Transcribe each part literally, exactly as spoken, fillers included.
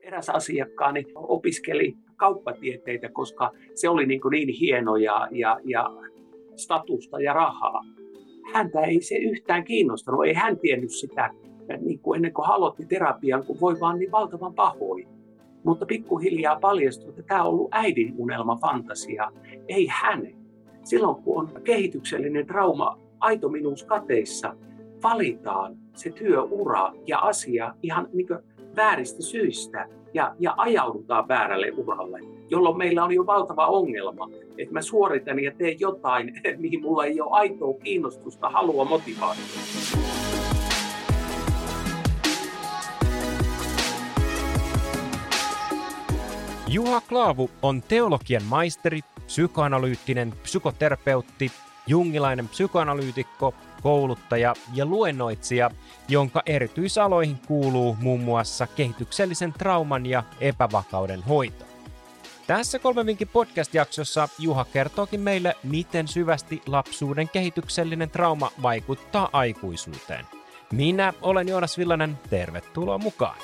Eräs asiakkaani opiskeli kauppatieteitä, koska se oli niin, niin hieno ja, ja, ja statusta ja rahaa. Häntä ei se yhtään kiinnostanut, ei hän tiennyt sitä niin kuin ennen kuin hän aloitti terapian, kun voi vaan niin valtavan pahoin. Mutta pikkuhiljaa paljastui, että tämä on ollut äidin unelma fantasia, ei hänen. Silloin kun on kehityksellinen trauma, aito minuus kateissa, valitaan se työura ja asia ihan niin kuin vääristä syistä ja, ja ajaudutaan väärälle uralle, jolloin meillä on jo valtava ongelma, että mä suoritan ja teen jotain, mihin mulla ei ole aitoa kiinnostusta, halua, motivaatiota. Juha Klaavu on teologian maisteri, psykoanalyyttinen psykoterapeutti, jungilainen psykoanalyytikko, kouluttaja ja luennoitsija, jonka erityisaloihin kuuluu muun muassa kehityksellisen trauman ja epävakauden hoito. Tässä Kolmen vinkin podcast-jaksossa Juha kertookin meille, miten syvästi lapsuuden kehityksellinen trauma vaikuttaa aikuisuuteen. Minä olen Joonas Villanen, tervetuloa mukaan!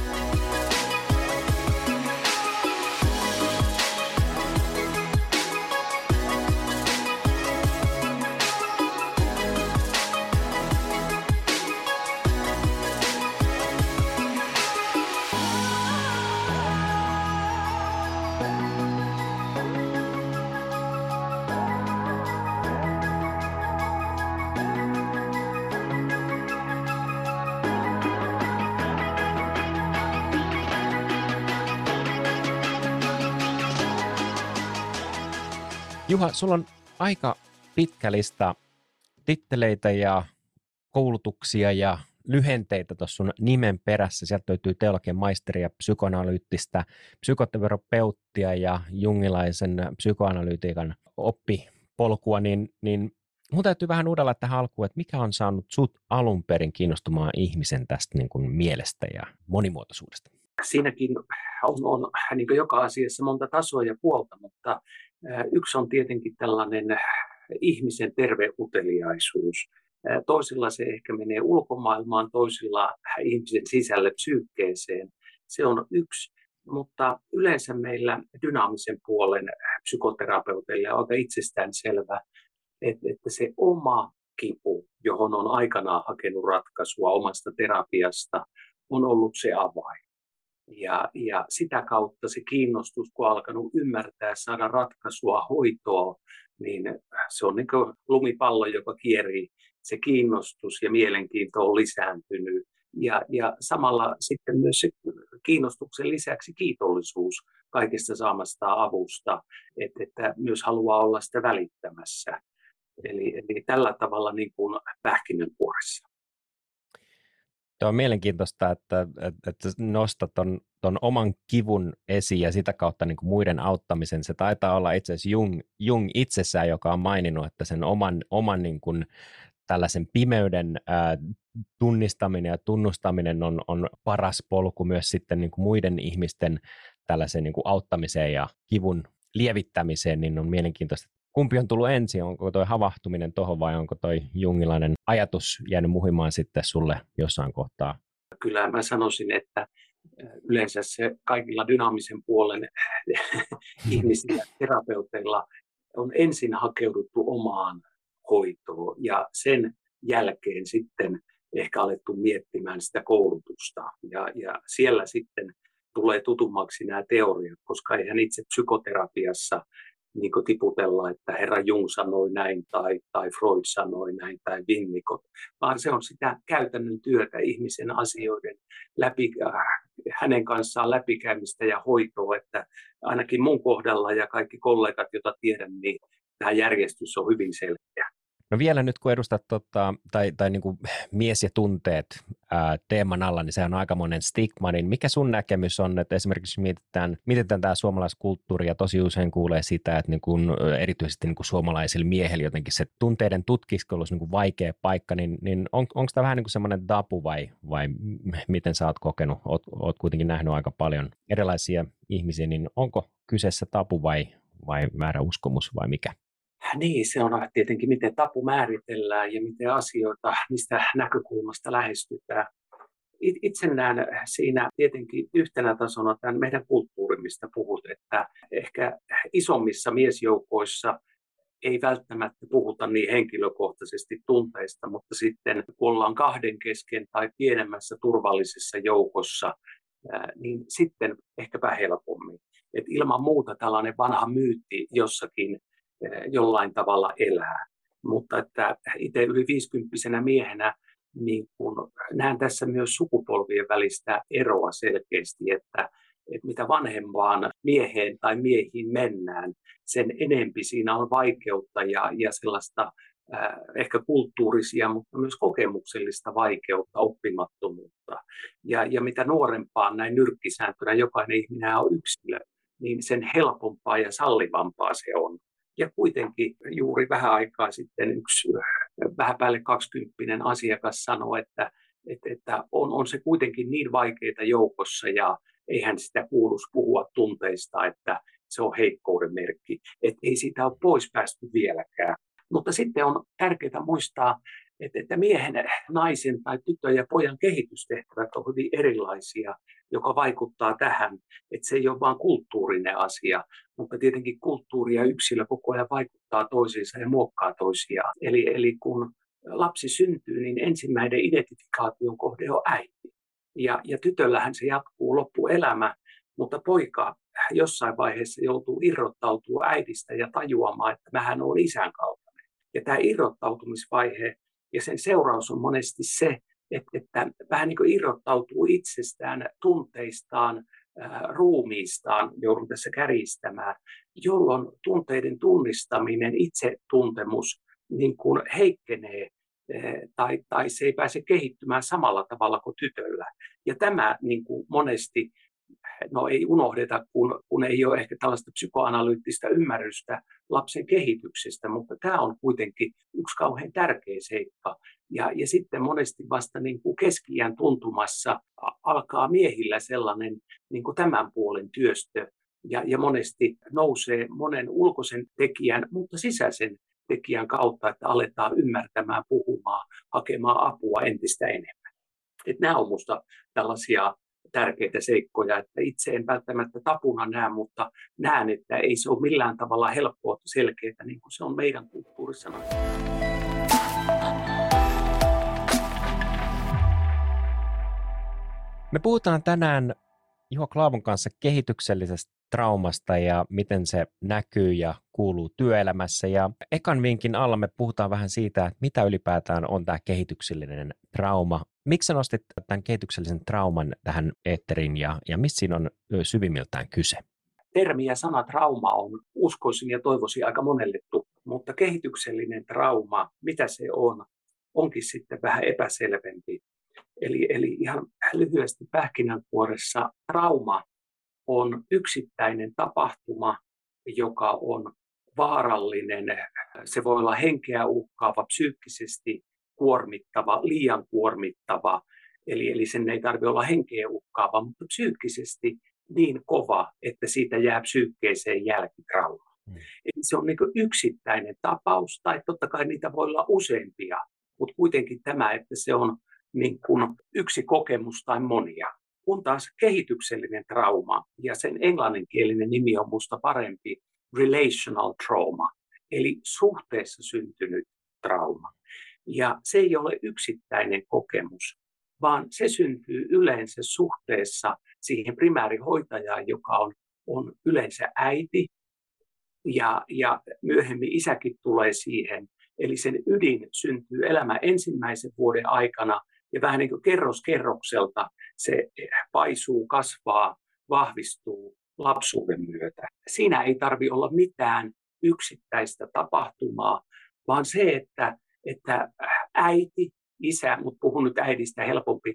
Juha, sulla on aika pitkä lista titteleitä ja koulutuksia ja lyhenteitä tuossa sun nimen perässä. Sieltä löytyy teologian maisteria, psykoanalyyttistä, psykoterapeuttia ja jungilaisen psykoanalytiikan oppipolkua, niin, niin mun täytyy vähän uudella tähän alkuun, että mikä on saanut sut alun perin kiinnostumaan ihmisen tästä niin kuin mielestä ja monimuotoisuudesta? Siinäkin on, on niin kuin joka asiassa monta tasoa ja puolta, mutta yksi on tietenkin tällainen ihmisen terve uteliaisuus. Toisilla se ehkä menee ulkomaailmaan, toisilla ihmisen sisälle psyykkeeseen. Se on yksi, mutta yleensä meillä dynaamisen puolen psykoterapeuteille on aika itsestäänselvä, että se oma kipu, johon on aikanaan hakenut ratkaisua omasta terapiasta, on ollut se avain. Ja, ja sitä kautta se kiinnostus, kun on alkanut ymmärtää, saada ratkaisua, hoitoa, niin se on niin kuin lumipallo, joka kierii. Se kiinnostus ja mielenkiinto on lisääntynyt. Ja, ja samalla sitten myös se kiinnostuksen lisäksi kiitollisuus kaikesta saamastaan avusta, että, että myös haluaa olla sitä välittämässä. Eli, eli tällä tavalla niin kuin pähkinänkuoressa. Tuo on mielenkiintoista, että, että, että nostat ton, ton oman kivun esiin ja sitä kautta niin kuin muiden auttamisen. Se taitaa olla itse asiassa Jung, Jung itsessään, joka on maininnut, että sen oman, oman niin kuin tällaisen pimeyden ää, tunnistaminen ja tunnustaminen on, on paras polku myös sitten niin kuin muiden ihmisten tällaisen niin kuin auttamiseen ja kivun lievittämiseen, niin on mielenkiintoista. Kumpi on tullut ensin? Onko toi havahtuminen tuohon vai onko toi jungilainen ajatus jäänyt muhimaan sitten sulle jossain kohtaa? Kyllä mä sanoisin, että yleensä se kaikilla dynaamisen puolen ihmisillä, terapeuteilla on ensin hakeuduttu omaan hoitoon ja sen jälkeen sitten ehkä alettu miettimään sitä koulutusta. Ja, ja siellä sitten tulee tutummaksi nämä teoriat, koska eihän itse psykoterapiassa niin kuin tiputella, että herra Jung sanoi näin tai, tai Freud sanoi näin tai Winnicott, vaan se on sitä käytännön työtä ihmisen asioiden läpi, hänen kanssaan läpikäymistä ja hoitoa, että ainakin mun kohdalla ja kaikki kollegat, joita tiedän, niin tämä järjestys on hyvin selkeä. No vielä nyt kun edustat tota, tai, tai niin kuin mies ja tunteet ää, teeman alla, niin se on aikamoinen stigma, niin mikä sun näkemys on, että esimerkiksi mietitään, mietitään tämä suomalaiskulttuuri ja tosi usein kuulee sitä, että niin kuin, erityisesti niin kuin suomalaisilla miehillä jotenkin se tunteiden tutkiskelu olisi niin kuin vaikea paikka, niin, niin on, onko tämä vähän niin kuin semmoinen tabu vai, vai miten sä oot kokenut, oot, oot kuitenkin nähnyt aika paljon erilaisia ihmisiä, niin onko kyseessä tabu vai, vai väärä uskomus vai mikä? Niin, se on tietenkin, miten tabu määritellään ja miten asioita, mistä näkökulmasta lähestytään. Itse näen siinä tietenkin yhtenä tasona tämän meidän kulttuuri, mistä puhut, että ehkä isommissa miesjoukoissa ei välttämättä puhuta niin henkilökohtaisesti tunteista, mutta sitten kun ollaan kahden kesken tai pienemmässä turvallisessa joukossa, niin sitten ehkäpä helpommin. Et ilman muuta tällainen vanha myytti jossakin jollain tavalla elää. Mutta että itse yli viisikymppisenä miehenä niin kun näen tässä myös sukupolvien välistä eroa selkeästi, että, että mitä vanhempaan mieheen tai miehiin mennään, sen enempi siinä on vaikeutta ja, ja sellaista äh, ehkä kulttuurisia, mutta myös kokemuksellista vaikeutta, oppimattomuutta. Ja, ja mitä nuorempaan näin nyrkkisääntönä jokainen ihminen on yksilö, niin sen helpompaa ja sallivampaa se on. Ja kuitenkin juuri vähän aikaa sitten yksi vähän päälle kaksikymppinen asiakas sanoi, että, että, että on, on se kuitenkin niin vaikeaa joukossa ja eihän sitä kuuluisi puhua tunteista, että se on heikkouden merkki. Että ei siitä ole pois päästy vieläkään. Mutta sitten on tärkeää muistaa, että, että miehen, naisen tai tytön ja pojan kehitystehtävät on hyvin erilaisia, joka vaikuttaa tähän, että se ei ole vain kulttuurinen asia, mutta tietenkin kulttuuri ja yksilö koko ajan vaikuttaa toisiinsa ja muokkaa toisiaan. Eli, eli kun lapsi syntyy, niin ensimmäinen identifikaation kohde on äiti. Ja, ja tytöllähän se jatkuu loppuelämä, mutta poika jossain vaiheessa joutuu irrottautumaan äidistä ja tajuamaan, että mähän olen isän kaltainen. Ja tämä irrottautumisvaihe ja sen seuraus on monesti se, että, että vähän niin kuin irrottautuu itsestään, tunteistaan, ää, ruumiistaan, joudun tässä kärjistämään, jolloin tunteiden tunnistaminen, itsetuntemus niin kuin heikkenee ää, tai, tai se ei pääse kehittymään samalla tavalla kuin tytöllä. Ja tämä niin kuin monesti, no ei unohdeta, kun, kun ei ole ehkä tällaista psykoanalyyttistä ymmärrystä lapsen kehityksestä, mutta tämä on kuitenkin yksi kauhean tärkeä seikka. Ja, ja sitten monesti vasta niin kuin keski-iän tuntumassa alkaa miehillä sellainen niin kuin tämän puolen työstö, ja, ja monesti nousee monen ulkoisen tekijän, mutta sisäisen tekijän kautta, että aletaan ymmärtämään, puhumaan, hakemaan apua entistä enemmän. Että nämä on minusta tällaisia tärkeitä seikkoja, että itse en välttämättä tapuna näe, mutta näen, että ei se ole millään tavalla helppoa selkeää, niin kuin se on meidän kulttuurissa. Me puhutaan tänään Juho Klaavun kanssa kehityksellisestä traumasta ja miten se näkyy ja kuuluu työelämässä. Ja ekan vinkin alla me puhutaan vähän siitä, että mitä ylipäätään on tämä kehityksellinen trauma. Miksi sä nostit tämän kehityksellisen trauman tähän eetteriin ja, ja mistä siinä on syvimmiltään kyse? Termi ja sana trauma on, uskoisin ja toivoisin, aika monelle tuttu, mutta kehityksellinen trauma, mitä se on, onkin sitten vähän epäselvempi. Eli, eli ihan lyhyesti pähkinänkuoressa trauma on yksittäinen tapahtuma, joka on vaarallinen. Se voi olla henkeä uhkaava, psyykkisesti kuormittava, liian kuormittava. Eli, eli sen ei tarvitse olla henkeä uhkaava, mutta psyykkisesti niin kova, että siitä jää psyykkeeseen jälkitrauma. Mm. Eli se on niin kuin yksittäinen tapaus, tai totta kai niitä voi olla useampia, mutta kuitenkin tämä, että se on niin kuin yksi kokemus tai monia. Kun taas kehityksellinen trauma, ja sen englanninkielinen nimi on minusta parempi, relational trauma, eli suhteessa syntynyt trauma. Ja se ei ole yksittäinen kokemus, vaan se syntyy yleensä suhteessa siihen primäärihoitajaan, joka on, on yleensä äiti, ja, ja myöhemmin isäkin tulee siihen. Eli sen ydin syntyy elämän ensimmäisen vuoden aikana, ja vähän niin kuin kerros kerrokselta se paisuu, kasvaa, vahvistuu lapsuuden myötä. Siinä ei tarvitse olla mitään yksittäistä tapahtumaa, vaan se, että, että äiti, isä, mutta puhun nyt äidistä helpompi,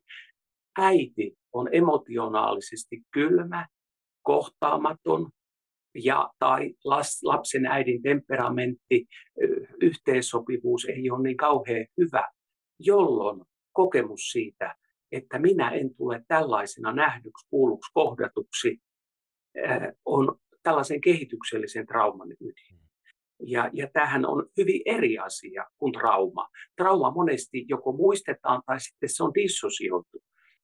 äiti on emotionaalisesti kylmä, kohtaamaton, ja tai lapsen äidin temperamentti, yhteensopivuus ei ole niin kauhean hyvä, jolloin kokemus siitä, että minä en tule tällaisena nähdyksi, kuulluksi, kohdatuksi, on tällaisen kehityksellisen trauman ydin. Ja, ja tämähän on hyvin eri asia kuin trauma. Trauma monesti joko muistetaan tai sitten se on dissosioitu.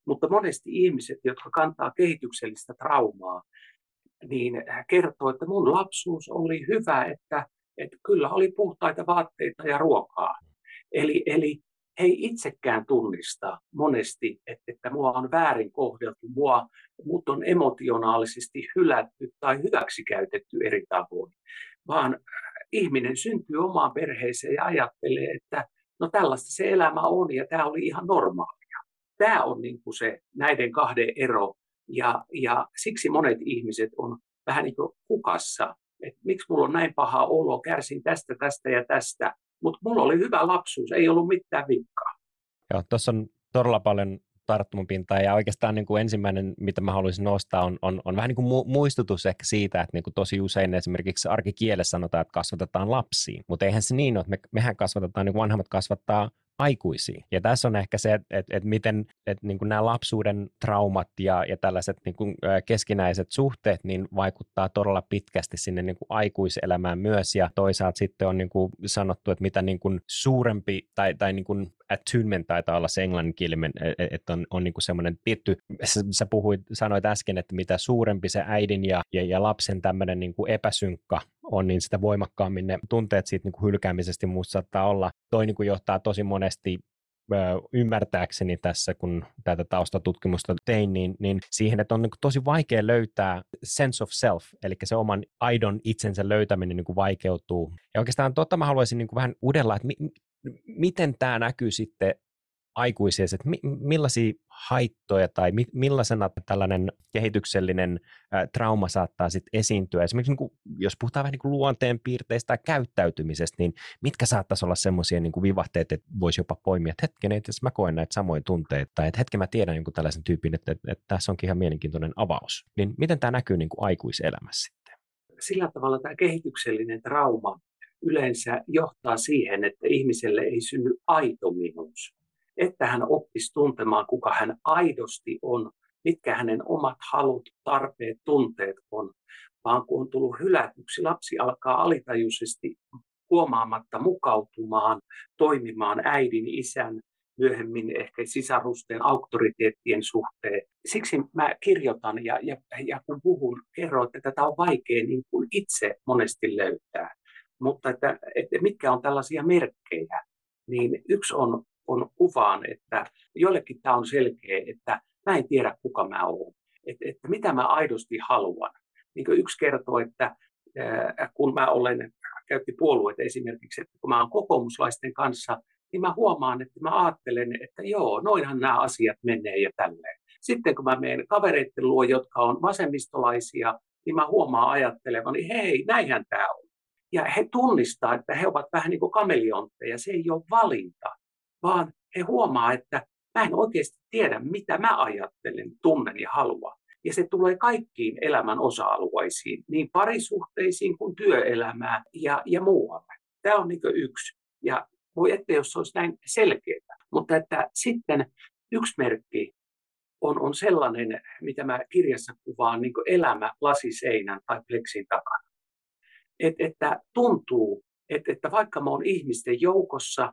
Mutta monesti ihmiset, jotka kantaa kehityksellistä traumaa, niin kertoo, että mun lapsuus oli hyvä, että, että kyllä oli puhtaita vaatteita ja ruokaa. Eli, eli he ei itsekään tunnista monesti, että, että mua on väärin kohdeltu, mua, mut on emotionaalisesti hylätty tai hyväksikäytetty eri tavoin, vaan ihminen syntyy omaan perheeseen ja ajattelee, että no tällaista se elämä on ja tämä oli ihan normaalia. Tämä on niin kuin se näiden kahden ero ja, ja siksi monet ihmiset on vähän niin kuin hukassa, että miksi mulla on näin paha olo, kärsin tästä, tästä ja tästä, mutta mulla oli hyvä lapsuus, ei ollut mitään vikkaa. Joo, tuossa on todella paljon tarttumapintaa ja oikeastaan niin kuin ensimmäinen, mitä mä haluaisin nostaa, on, on, on vähän niin kuin muistutus ehkä siitä, että niin kuin tosi usein esimerkiksi arkikielessä sanotaan, että kasvatetaan lapsia, mutta eihän se niin ole, että me, mehän kasvatetaan, niin kuin vanhemmat kasvattaa aikuisia. Ja tässä on ehkä se, että, että, että miten että niin kuin nämä lapsuuden traumat ja, ja tällaiset niin kuin keskinäiset suhteet niin vaikuttaa todella pitkästi sinne niin kuin aikuiselämään myös. Ja toisaalta sitten on niin kuin sanottu, että mitä niin kuin suurempi tai, tai niin kuin attunement taitaa olla se englanninkielinen, että on, on niin kuin semmoinen tietty, sä puhuit, sanoit äsken, että mitä suurempi se äidin ja, ja, ja lapsen tämmöinen niin kuin epäsynkka on, niin sitä voimakkaammin ne tunteet siitä niin kuin hylkäämisestä muusta saattaa olla. Toi niin kuin johtaa tosi monesti ö, ymmärtääkseni tässä, kun tätä taustatutkimusta tein, niin, niin siihen, että on niin kuin tosi vaikea löytää sense of self, eli se oman aidon itsensä löytäminen niin kuin vaikeutuu. Ja oikeastaan totta mä haluaisin niin kuin vähän udella, että mi, miten tämä näkyy sitten aikuisiassa, että mi, millaisia haittoja tai mi, millaisena tällainen kehityksellinen ä, trauma saattaa sitten esiintyä. Esimerkiksi niin kuin, jos puhutaan vähän niin kuin luonteenpiirteistä tai käyttäytymisestä, niin mitkä saattaisi olla semmoisia niin kuin vivahteet, että voisi jopa poimia, että hetken, että mä koen näitä samoja tunteita, tai että hetken mä tiedän jonkun tällaisen tyypin, että, että, että tässä onkin ihan mielenkiintoinen avaus. Niin miten tämä näkyy niin kuin aikuiselämässä sitten? Sillä tavalla tämä kehityksellinen trauma yleensä johtaa siihen, että ihmiselle ei synny aito minuus. Että hän oppisi tuntemaan, kuka hän aidosti on, mitkä hänen omat halut, tarpeet, tunteet on. Vaan kun on tullut hylätyksi, lapsi alkaa alitajuisesti huomaamatta mukautumaan, toimimaan äidin, isän, myöhemmin ehkä sisarusten, auktoriteettien suhteen. Siksi mä kirjoitan ja, ja, ja kun puhun, kerron, että tätä on vaikea niin kuin itse monesti löytää. Mutta että, että mitkä on tällaisia merkkejä, niin yksi on, on kuvaan, että joillekin tämä on selkeä, että mä en tiedä kuka mä oon, että, että mitä mä aidosti haluan. Niin kuin yksi kertoo, että äh, kun mä olen, käytti puolueet esimerkiksi, että kun mä oon kokoomuslaisten kanssa, niin mä huomaan, että mä ajattelen, että joo, noinhan nämä asiat menee ja tälleen. Sitten kun mä menen kavereiden luo, jotka on vasemmistolaisia, niin mä huomaan ajattelevani, hei, näinhän tämä on. Ja he tunnistaa, että he ovat vähän niin kuin kameleontteja, se ei ole valinta, vaan he huomaa, että mä en oikeasti tiedä, mitä mä ajattelen, tunnen ja haluan. Ja se tulee kaikkiin elämän osa-alueisiin, niin parisuhteisiin kuin työelämään ja, ja muualle. Tämä on niin kuin yksi. Ja voi ettei, jos se olisi näin selkeää. Mutta että sitten yksi merkki on, on sellainen, mitä mä kirjassa kuvaan, niin kuin elämä lasiseinän tai pleksin takana. Et, että tuntuu, että, että vaikka mä oon ihmisten joukossa,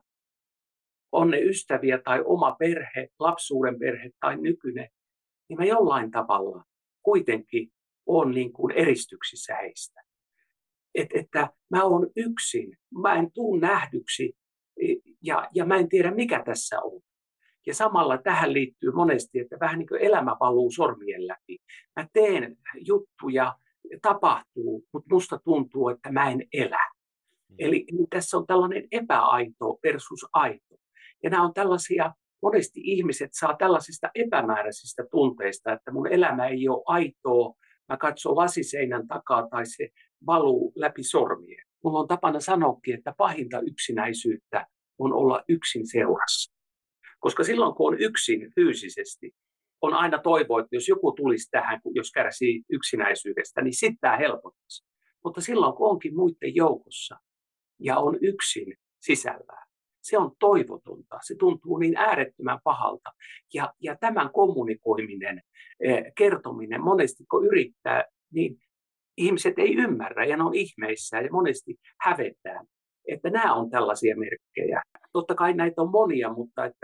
on ne ystäviä tai oma perhe, lapsuuden perhe tai nykyinen, niin mä jollain tavalla kuitenkin oon niin kuin eristyksissä heistä. Et, että mä oon yksin, mä en tuu nähdyksi ja, ja mä en tiedä mikä tässä on. Ja samalla tähän liittyy monesti, että vähän niin kuin elämä valuu sormien läpi. Mä teen juttuja, tapahtuu, mutta musta tuntuu, että mä en elä. Eli tässä on tällainen epäaito versus aito. Ja nämä on tällaisia, monesti ihmiset saa tällaisista epämääräisistä tunteista, että mun elämä ei ole aitoa, mä katson lasiseinän takaa tai se valuu läpi sormien. Mulla on tapana sanoakin, että pahinta yksinäisyyttä on olla yksin seurassa. Koska silloin, kun on yksin fyysisesti, on aina toivo, että jos joku tulisi tähän, jos kärsii yksinäisyydestä, niin sitten tämä helpottaisi. Mutta silloin, kun onkin muiden joukossa ja on yksin sisällään, se on toivotonta. Se tuntuu niin äärettömän pahalta. Ja, ja tämän kommunikoiminen, kertominen, monesti kun yrittää, niin ihmiset ei ymmärrä ja ne on ihmeissään ja monesti hävetään. Että nämä on tällaisia merkkejä. Totta kai näitä on monia, mutta että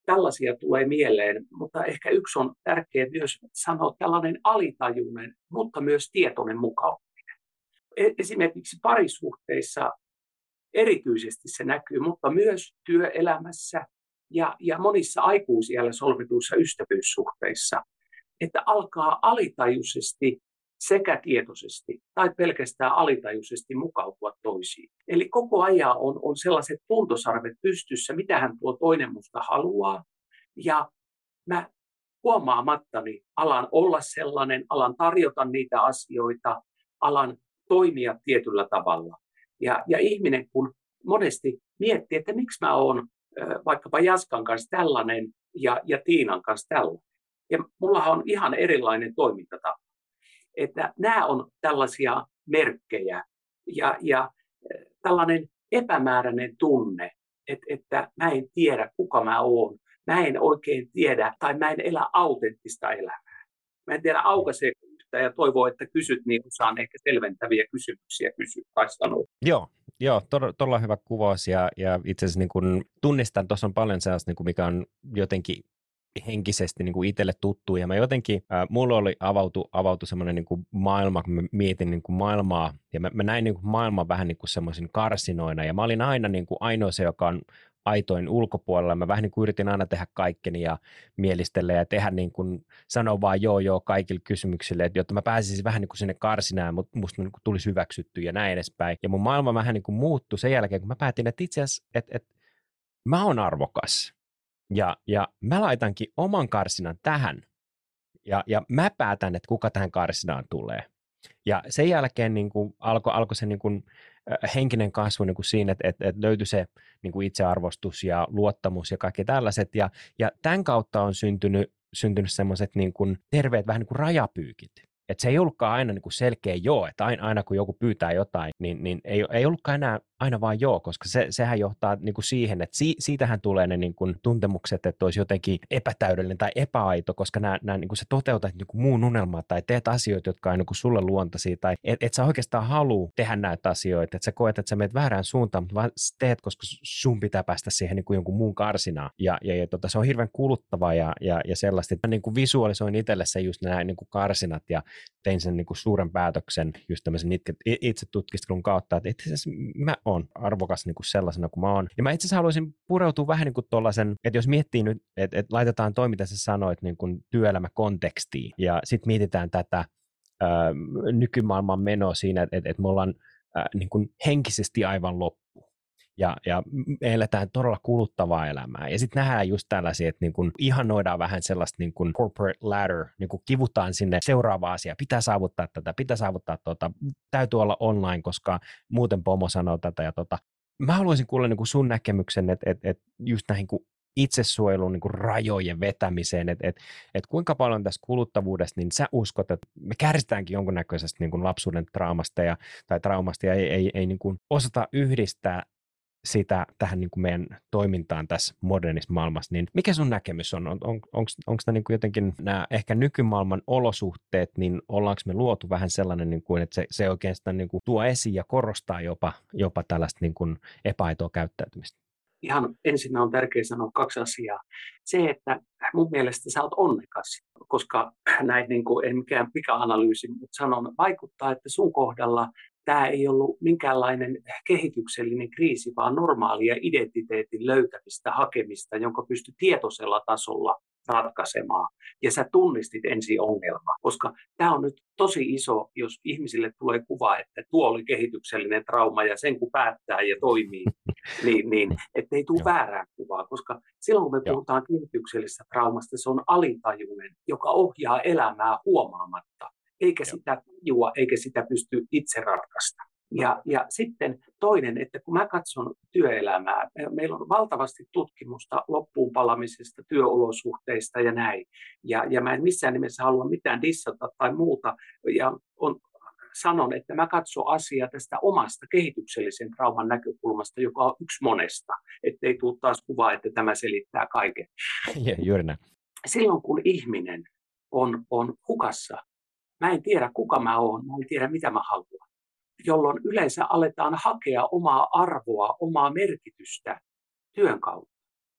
tällaisia tulee mieleen, mutta ehkä yksi on tärkeää myös sanoa tällainen alitajuinen, mutta myös tietoinen mukautuminen. Esimerkiksi parisuhteissa erityisesti se näkyy, mutta myös työelämässä ja, ja monissa aikuisiällä solmituissa ystävyyssuhteissa, että alkaa alitajuisesti sekä tietoisesti tai pelkästään alitajuisesti mukautua toisiin. Eli koko ajan on, on sellaiset tuntosarvet pystyssä, mitä hän tuo toinen musta haluaa. Ja mä huomaamattani alan olla sellainen, alan tarjota niitä asioita, alan toimia tietyllä tavalla. Ja, ja ihminen kun monesti miettii, että miksi mä oon vaikkapa Jaskan kanssa tällainen ja, ja Tiinan kanssa tällainen. Ja mullahan on ihan erilainen toimintatapa. Että nämä on tällaisia merkkejä ja, ja tällainen epämääräinen tunne, että, että mä en tiedä, kuka mä oon. Mä en oikein tiedä tai mä en elä autenttista elämää. Mä en tiedä aukaisee yhtään ja toivoo, että kysyt, niin saan ehkä selventäviä kysymyksiä kysyä tai sanoa. Joo, joo todella, todella hyvä kuvaus ja, ja itse asiassa niin kun tunnistan, tuossa on paljon sellaista, niin kun mikä on jotenkin henkisesti niin kuin itselle tuttu ja mä jotenkin, äh, mulla oli avautu, avautu semmoinen niin kuin maailma, kun mä mietin niin kuin maailmaa ja mä, mä näin niin kuin maailman vähän niin kuin semmoisen karsinoina ja mä olin aina niin kuin ainoa se, joka on aitoin ulkopuolella. Mä vähän niin kuin yritin aina tehdä kaikkeni ja mielistellä ja tehdä niin kuin, sanoa vaan joo joo kaikille kysymyksille, että jotta mä pääsisin vähän niin kuin sinne karsinaan, mutta musta niin kuin tulisi hyväksytty ja näin edespäin. Ja mun maailma vähän niin kuin muuttui sen jälkeen, kun mä päätin, että itse asiassa, että, että mä oon arvokas. Ja, ja mä laitankin oman karsinan tähän ja, ja mä päätän, että kuka tähän karsinaan tulee. Ja sen jälkeen niin kuin alkoi alko se niin kuin, äh, henkinen kasvu niin kuin siinä, että, että, että löytyi se niin kuin itsearvostus ja luottamus ja kaikki tällaiset. Ja, ja tämän kautta on syntynyt, syntynyt semmoiset niin kuin terveet vähän niin kuin rajapyykit. Että se ei ollutkaan aina niin kuin selkeä joo, että aina, aina kun joku pyytää jotain, niin, niin ei, ei ollutkaan enää aina vaan joo, koska se, sehän johtaa niin kuin siihen, että si, siitähän tulee ne niin kuin tuntemukset, että olisi jotenkin epätäydellinen tai epäaito, koska nämä, nämä, niin kuin sä toteutat niin kuin muun unelmaa tai teet asioita, jotka on niin kuin sulle luontaisia tai et, et sä oikeastaan halua tehdä näitä asioita, että sä koet, että sä menet väärään suuntaan, mutta vaan teet, koska sun pitää päästä siihen niin kuin jonkun muun karsinaan ja, ja, ja tota, se on hirveän kuluttavaa ja, ja, ja sellaista, että mä niin kuin visualisoin itselle se just nämä niin kuin karsinat ja tein sen niin kuin suuren päätöksen just tämmöisen itse tutkistelun kautta, että itse asiassa mä oon arvokas niin kuin sellaisena kuin mä oon. Ja mä itse asiassa haluaisin pureutua vähän niin kuin tuollaisen, että jos miettii nyt, että, että laitetaan toi, mitä sä sanoit, niin kuin työelämäkontekstiin ja sitten mietitään tätä ää, nykymaailman menoa siinä, että, että me ollaan ää, niin kuin henkisesti aivan loppu. Ja, ja me eletään todella kuluttavaa elämää. Ja sitten nähdään just tällaisia, että niin kun ihanoidaan vähän sellaista niin kun corporate ladder, niin kun kivutaan sinne seuraavaan asiaan. Pitää saavuttaa tätä, pitää saavuttaa tota, täytyy olla online, koska muuten pomo sanoo tätä ja tota. Mä haluaisin kuulla niin kun sun näkemyksen, että et, et just näihin kun itsesuojelun niin kun rajojen vetämiseen, että et, et kuinka paljon tässä kuluttavuudesta, niin sä uskot, että me kärsitäänkin jonkunnäköisestä niin kun lapsuuden traumasta ja, tai traumasta ja ei, ei, ei niin kun osata yhdistää sitä tähän niin kuin meidän toimintaan tässä modernissa maailmassa, niin mikä sun näkemys on? on, on onko tämä niin kuin jotenkin nämä ehkä nykymaailman olosuhteet, niin ollaanko me luotu vähän sellainen, niin kuin, että se, se oikeastaan niin kuin tuo esiin ja korostaa jopa, jopa tällaista niin kuin epäaitoa käyttäytymistä? Ihan ensin on tärkeää sanoa kaksi asiaa. Se, että mun mielestä sä oot onnekas, koska näin niin kuin, en mikään pika-analyysi, mutta sanon, vaikuttaa, että sun kohdalla tämä ei ollut minkäänlainen kehityksellinen kriisi, vaan normaalia identiteetin löytämistä, hakemista, jonka pystyi tietoisella tasolla ratkaisemaan. Ja sä tunnistit ensin ongelmaa, koska tämä on nyt tosi iso, jos ihmisille tulee kuva, että tuo oli kehityksellinen trauma ja sen kun päättää ja toimii, niin, niin ettei tule väärää kuvaa, koska silloin kun me puhutaan kehityksellisestä traumasta, se on alitajuinen, joka ohjaa elämää huomaamatta. Eikä sitä tajua, eikä sitä pysty itse ratkaista. Ja, ja sitten toinen, että kun mä katson työelämää, meillä on valtavasti tutkimusta loppuun palamisesta, työolosuhteista ja näin. Ja, ja mä en missään nimessä halua mitään dissata tai muuta. Ja on, sanon, että mä katson asiaa tästä omasta kehityksellisen trauman näkökulmasta, joka on yksi monesta. Ettei tule taas kuvaa, että tämä selittää kaiken. Yeah, juuri näin. Silloin kun ihminen on, on hukassa, mä en tiedä, kuka mä oon, mä en tiedä, mitä mä haluan, jolloin yleensä aletaan hakea omaa arvoa, omaa merkitystä työn kautta.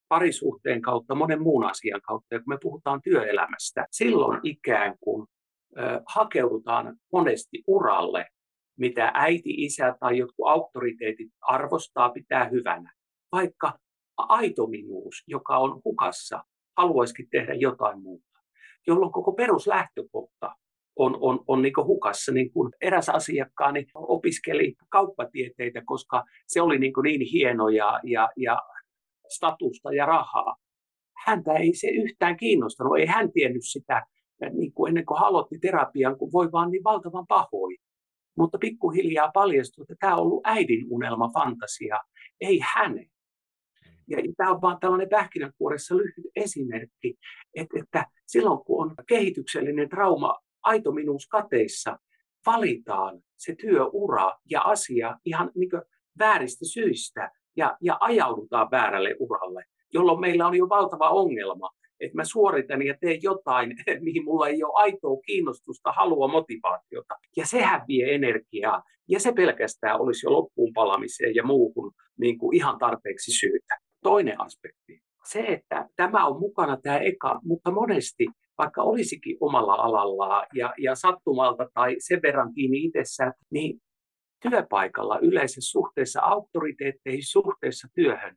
parisuhteen kautta, monen muun asian kautta. Ja kun me puhutaan työelämästä, silloin ikään kuin ö, hakeudutaan monesti uralle, mitä äiti, isä tai jotkut auktoriteetit arvostaa, pitää hyvänä. Vaikka aito minuus, joka on hukassa, haluaisikin tehdä jotain muuta, jolloin koko peruslähtökohta on, on, on niin kuin hukassa. Niin kuin eräs asiakkaani opiskeli kauppatieteitä, koska se oli niin, kuin niin hieno ja, ja, ja statusta ja rahaa. Häntä ei se yhtään kiinnostanut, ei hän tiennyt sitä niin kuin ennen kuin aloitti terapian, kun voi vaan niin valtavan pahoin. Mutta pikkuhiljaa paljastui, että tämä on ollut äidin unelma, fantasia, ei hänen. Ja tämä on vaan tällainen pähkinänkuoressa lyhyt esimerkki, että, että silloin kun on kehityksellinen trauma, aito minuus kateissa, valitaan se työura ja asia ihan niin kuin vääristä syistä ja, ja ajaudutaan väärälle uralle, jolloin meillä on jo valtava ongelma, että mä suoritan ja teen jotain, mihin mulla ei ole aitoa kiinnostusta, halua, motivaatiota. Ja sehän vie energiaa, ja se pelkästään olisi jo loppuun palamiseen ja muuhun niin kuin ihan tarpeeksi syytä. Toinen aspekti, se, että tämä on mukana tämä eka, mutta monesti, vaikka olisikin omalla alallaan ja, ja sattumalta tai sen verran kiinni itsessään, niin työpaikalla yleisessä suhteessa auktoriteetteihin, suhteessa työhön,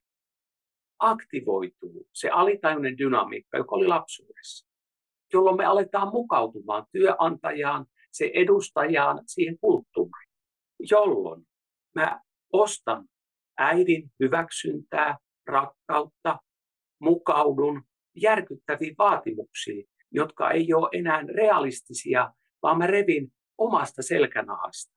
aktivoituu se alitajuinen dynamiikka, joka oli lapsuudessa, jolloin me aletaan mukautumaan työnantajaan, se edustajaan, siihen kulttuuriin, jolloin mä ostan äidin hyväksyntää, rakkautta, mukaudun järkyttäviin vaatimuksiin, jotka ei ole enää realistisia, vaan mä revin omasta selkänahasta.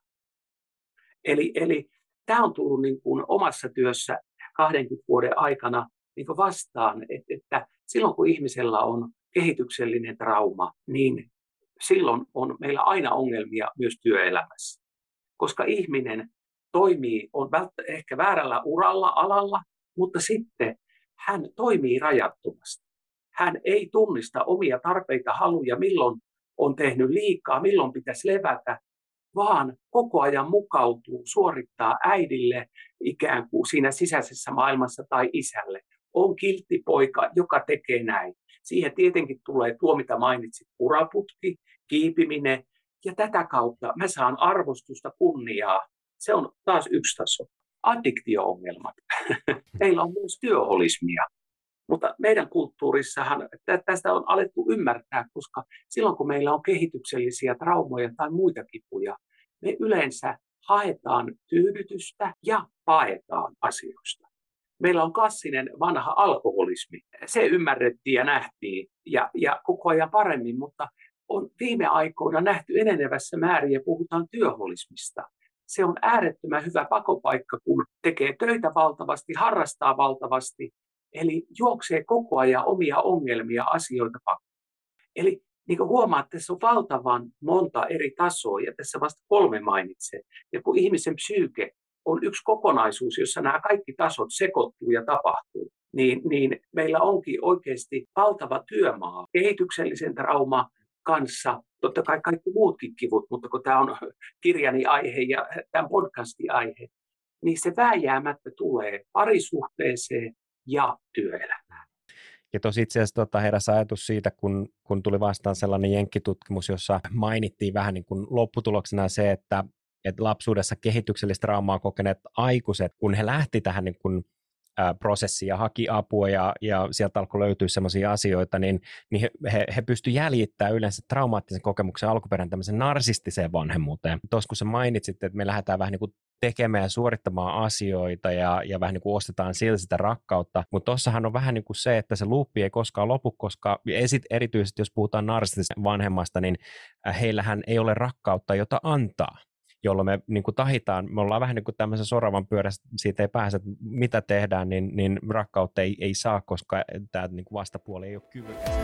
Eli, eli tämä on tullut niin kuin omassa työssä kahdenkymmenen vuoden aikana niin kuin vastaan, että, että silloin kun ihmisellä on kehityksellinen trauma, niin silloin on meillä aina ongelmia myös työelämässä. Koska ihminen toimii, on välttä, ehkä väärällä uralla, alalla, mutta sitten hän toimii rajattomasti. Hän ei tunnista omia tarpeita, haluja, milloin on tehnyt liikaa, milloin pitäisi levätä, vaan koko ajan mukautuu, suorittaa äidille ikään kuin siinä sisäisessä maailmassa tai isälle. On kiltti poika, joka tekee näin. Siihen tietenkin tulee tuo, mitä mainitsit, uraputki, kiipiminen, ja tätä kautta mä saan arvostusta, kunniaa. Se on taas yksi taso. Addiktio-ongelmat. Meillä on myös työholismia. Mutta meidän kulttuurissahan tästä on alettu ymmärtää, koska silloin kun meillä on kehityksellisiä traumoja tai muita kipuja, me yleensä haetaan tyydytystä ja paetaan asioista. Meillä on klassinen vanha alkoholismi. Se ymmärrettiin ja nähtiin ja, ja koko ajan paremmin, mutta on viime aikoina nähty enenevässä määrin ja puhutaan työholismista. Se on äärettömän hyvä pakopaikka, kun tekee töitä valtavasti, harrastaa valtavasti, eli juoksee koko ajan omia ongelmia, asioita pakoon. Eli niin kuin huomaat, että tässä on valtavan monta eri tasoa, ja tässä vasta kolme mainitsee. Ja kun ihmisen psyyke on yksi kokonaisuus, jossa nämä kaikki tasot sekoittuu ja tapahtuu, niin, niin meillä onkin oikeasti valtava työmaa kehityksellisen trauma kanssa. Totta kai kaikki muutkin kivut, mutta kun tämä on kirjani aihe ja tämän podcastin aihe, niin se vääjäämättä tulee parisuhteeseen ja työelämään. Ja tosi itse asiassa tota, heräsi ajatus siitä, kun, kun tuli vastaan sellainen jenkkitutkimus, jossa mainittiin vähän niin kuin lopputuloksena se, että, että lapsuudessa kehityksellistä traumaa kokeneet aikuiset, kun he lähti tähän niin kuin, ä, prosessiin ja haki apua ja, ja sieltä alkoi löytyä sellaisia asioita, niin, niin he, he, he pystyivät jäljittämään yleensä traumaattisen kokemuksen alkuperän tämmöisen narsistiseen vanhemmuuteen. Tuossa kun sä mainitsit, että me lähdetään vähän niin kuin tekemään ja suorittamaan asioita ja, ja vähän niin kuin ostetaan sillä sitä rakkautta, mutta tuossahan on vähän niin kuin se, että se luuppi ei koskaan lopu, koska esit, erityisesti jos puhutaan narsistisesta vanhemmasta, niin heillähän ei ole rakkautta, jota antaa, jolloin me niin kuin tahitaan, me ollaan vähän niin kuin tämmöisen soravan pyörässä, siitä ei pääse, että mitä tehdään, niin, niin rakkautta ei, ei saa, koska tämä niin kuin vastapuoli ei ole kyvykäs.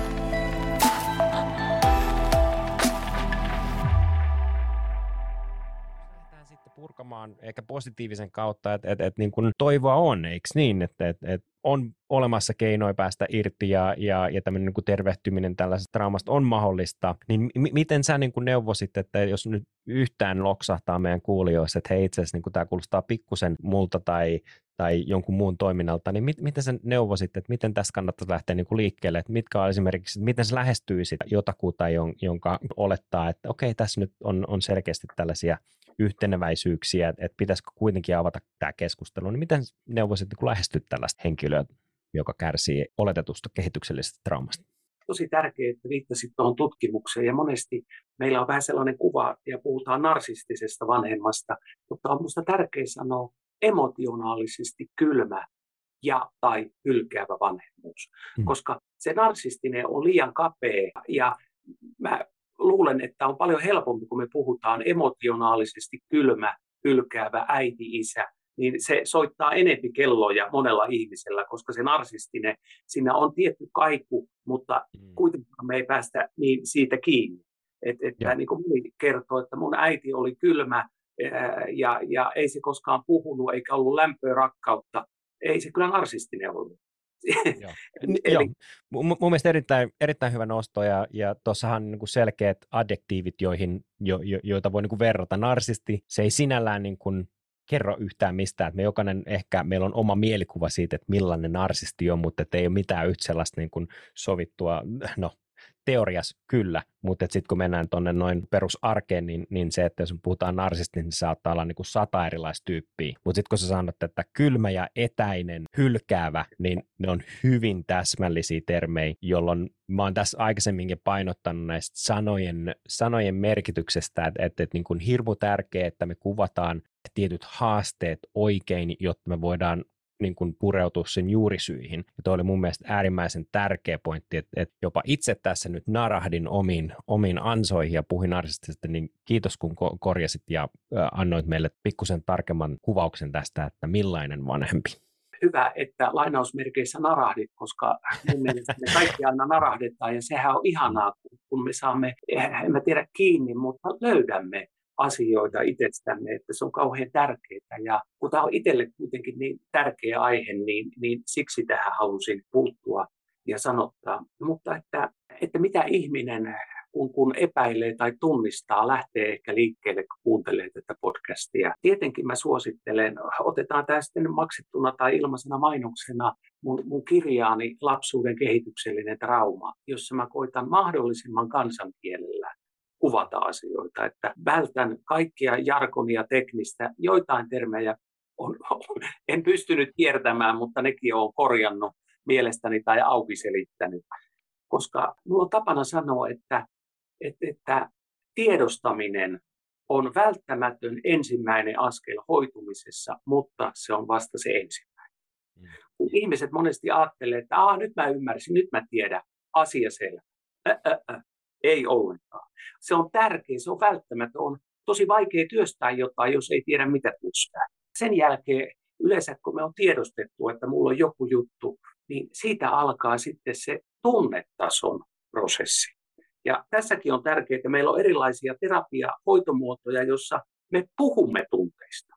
nimenomaan ehkä positiivisen kautta, että, että, että niin kuin toivoa on, eikö niin, että, että, että on olemassa keinoja päästä irti ja, ja, ja tämmöinen niin kuin tervehtyminen tällaisesta traumasta on mahdollista, niin m- miten sä niin kuin neuvosit, että jos nyt yhtään loksahtaa meidän kuulijoissa, että hei itse asiassa niin kuin tämä kuulostaa pikkusen multa tai, tai jonkun muun toiminnalta, niin mit, miten sä neuvosit, että miten tässä kannattaisi lähteä niin kuin liikkeelle, että mitkä on esimerkiksi, että miten sä lähestyisit jotakuta, jonka olettaa, että okei, tässä nyt on, on selkeästi tällaisia yhteneväisyyksiä, että pitäisikö kuitenkin avata tämä keskustelu, niin miten neuvoisit niin lähestyä tällaista henkilöä, joka kärsii oletetusta kehityksellisestä traumasta? Tosi tärkeää, että viittasit tuohon tutkimukseen, ja monesti meillä on vähän sellainen kuva, ja puhutaan narsistisesta vanhemmasta, mutta on minusta tärkeää sanoa emotionaalisesti kylmä ja tai hylkäävä vanhemmuus, hmm. koska se narsistinen on liian kapea, ja mä luulen, että on paljon helpompi, kun me puhutaan emotionaalisesti kylmä, hylkäävä äiti-isä, niin se soittaa enempi kelloja monella ihmisellä, koska se narsistinen, siinä on tietty kaiku, mutta mm. kuitenkaan me ei päästä niin siitä kiinni. Et, että niin kuin moni kertoo, että mun äiti oli kylmä ää, ja, ja ei se koskaan puhunut eikä ollut lämpöä rakkautta. Ei se kyllä narsistinen ollut. Joo. Eli... Joo. Mun, mun mielestä erittäin, erittäin hyvä nosto, ja, ja tuossahan niin kuin selkeät adjektiivit, joihin, jo, jo, joita voi niin kuin verrata. Narsisti, se ei sinällään niin kuin kerro yhtään mistään, että me jokainen ehkä, meillä on oma mielikuva siitä, että millainen narsisti on, mutta ei ole mitään yhtä sellaista niin kuin sovittua, no teoriassa kyllä, mutta sitten kun mennään tuonne noin perusarkeen, niin, niin se, että jos puhutaan narsista, niin se saattaa olla niin kuin sata erilaista tyyppiä. Mutta sitten kun sä sanot, että kylmä ja etäinen, hylkäävä, niin ne on hyvin täsmällisiä termejä, jolloin mä oon tässä aikaisemminkin painottanut näistä sanojen, sanojen merkityksestä, että, että, että niin kuin hirmu tärkeää, että me kuvataan tietyt haasteet oikein, jotta me voidaan niin kuin pureutua sen juurisyihin. Ja toi oli mun mielestä äärimmäisen tärkeä pointti, että, että jopa itse tässä nyt narahdin omiin, omiin ansoihin ja puhuin narsistisesti, niin kiitos kun korjasit ja annoit meille pikkusen tarkemman kuvauksen tästä, että millainen vanhempi. Hyvä, että lainausmerkeissä narahdit, koska mun mielestä me kaikki aina narahdetaan, ja sehän on ihanaa, kun me saamme, en mä tiedä kiinni, mutta löydämme asioita itsestämme, että se on kauhean tärkeää. Ja kun tämä on itselle kuitenkin niin tärkeä aihe, niin, niin siksi tähän halusin puuttua ja sanottaa. Mutta että, että mitä ihminen, kun, kun epäilee tai tunnistaa, lähtee ehkä liikkeelle, kun kuuntelee tätä podcastia. Tietenkin mä suosittelen, otetaan tämä sitten maksettuna tai ilmaisena mainoksena mun, mun kirjaani Lapsuuden kehityksellinen trauma, jossa mä koitan mahdollisimman kansankielellä kuvata asioita, että vältän kaikkia jargonia teknistä, joitain termejä on, en pystynyt kiertämään, mutta nekin olen korjannut mielestäni tai auki selittänyt, koska minulla on tapana sanoa, että, että, että tiedostaminen on välttämätön ensimmäinen askel hoitumisessa, mutta se on vasta se ensimmäinen. Mm. Kun ihmiset monesti ajattelee, että ah, nyt mä ymmärsin, nyt mä tiedän, asia selvä. Ä, ä, ä. Ei ollenkaan. Se on tärkeä, se on välttämätön. On tosi vaikea työstää jotain, jos ei tiedä mitä työstää. Sen jälkeen yleensä, kun me on tiedostettu, että mulla on joku juttu, niin siitä alkaa sitten se tunnetason prosessi. Ja tässäkin on tärkeää, että meillä on erilaisia terapia-hoitomuotoja, joissa me puhumme tunteista.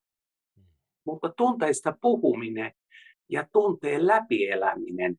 Mutta tunteista puhuminen ja tunteen läpieläminen,